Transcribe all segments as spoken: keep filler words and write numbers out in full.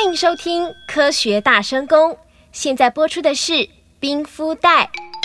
欢迎收听《科学大声公》，现在播出的是冰敷袋。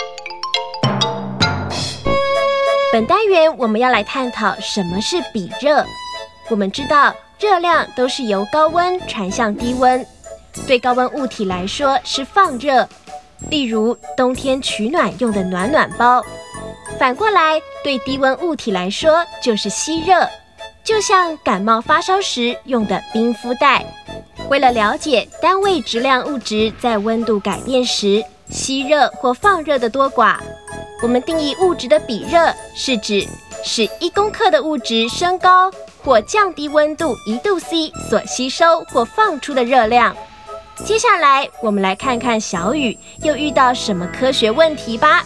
本单元我们要来探讨什么是比热。我们知道，热量都是由高温传向低温，对高温物体来说是放热，例如冬天取暖用的暖暖包。反过来，对低温物体来说就是吸热，就像感冒发烧时用的冰敷袋。为了了解单位质量物质在温度改变时吸热或放热的多寡，我们定义物质的比热是指使一公克的物质升高或降低温度一度 C 所吸收或放出的热量。接下来我们来看看小雨又遇到什么科学问题吧。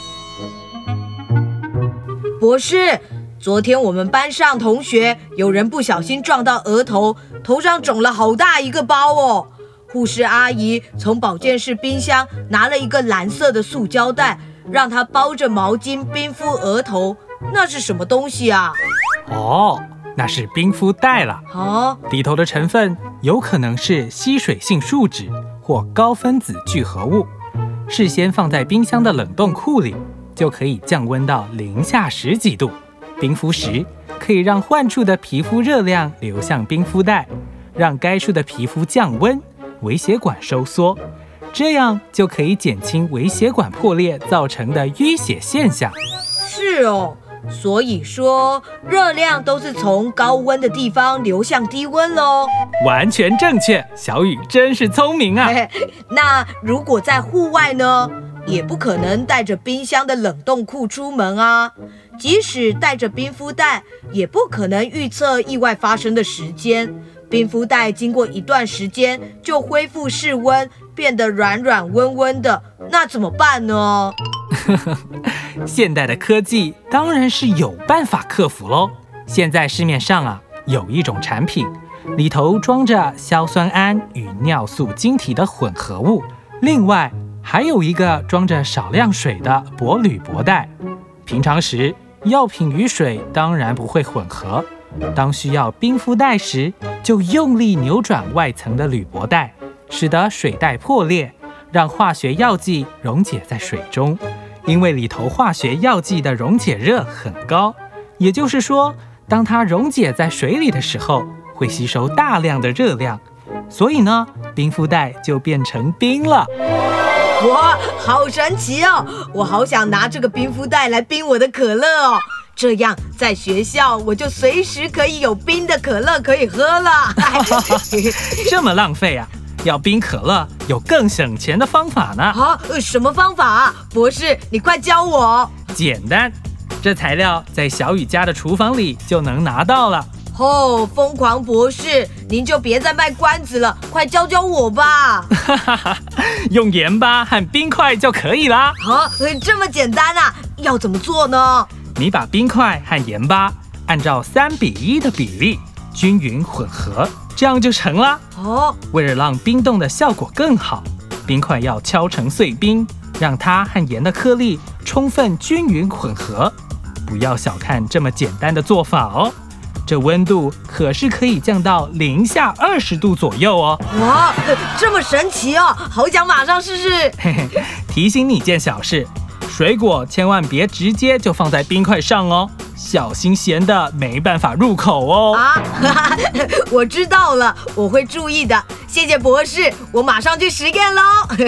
博士，昨天我们班上同学有人不小心撞到额头，头上肿了好大一个包哦。护士阿姨从保健室冰箱拿了一个蓝色的塑胶袋，让他包着毛巾冰敷额头。那是什么东西啊？ 哦，那是冰敷袋了。 啊， 里头的成分有可能是吸水性树脂或高分子聚合物，事先放在冰箱的冷冻库里，就可以降温到零下十几度。冰敷时可以让患处的皮肤热量流向冰敷袋，让该处的皮肤降温，微血管收缩，这样就可以减轻微血管破裂造成的淤血现象。 是哦，所以说热量都是从高温的地方流向低温咯。 完全正确，小雨真是聪明啊。 那如果在户外呢，也不可能带着冰箱的冷冻库出门啊。即使带着冰敷袋，也不可能预测意外发生的时间。冰敷袋经过一段时间就恢复室温，变得软软温温的，那怎么办呢？ 现代的科技当然是有办法克服咯。现在市面上啊有一种产品，里头装着硝酸铵与尿素晶体的混合物，另外还有一个装着少量水的薄铝箔袋。平常时药品与水当然不会混合，当需要冰敷袋时，就用力扭转外层的铝箔袋，使得水袋破裂，让化学药剂溶解在水中。因为里头化学药剂的溶解热很高，也就是说，当它溶解在水里的时候，会吸收大量的热量，所以呢，冰敷袋就变成冰了。 哇，好神奇哦！我好想拿这个冰敷袋来冰我的可乐哦，这样在学校我就随时可以有冰的可乐可以喝了。 这么浪费啊！要冰可乐有更省钱的方法呢。 啊，什么方法啊？博士，你快教我。 简单，这材料在小雨家的厨房里就能拿到了。 哦，疯狂博士，您就别再卖关子了，快教教我吧。 用盐巴和冰块就可以啦。 啊，这么简单啊？要怎么做呢？ 你把冰块和盐巴按照三比一的比例均匀混合，这样就成了。 哦， 为了让冰冻的效果更好，冰块要敲成碎冰，让它和盐的颗粒充分均匀混合。不要小看这么简单的做法哦。这温度可是可以降到零下二十度左右哦！ 哇，这么神奇哦，好想马上试试。 嘿嘿，提醒你件小事，水果千万别直接就放在冰块上哦，小心咸的没办法入口哦。 啊，我知道了，我会注意的。谢谢博士，我马上去实验喽。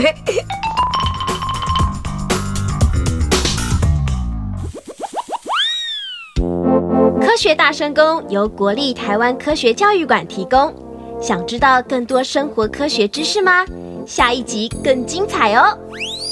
科学大声公由国立台湾科学教育馆提供。想知道更多生活科学知识吗？下一集更精彩哦！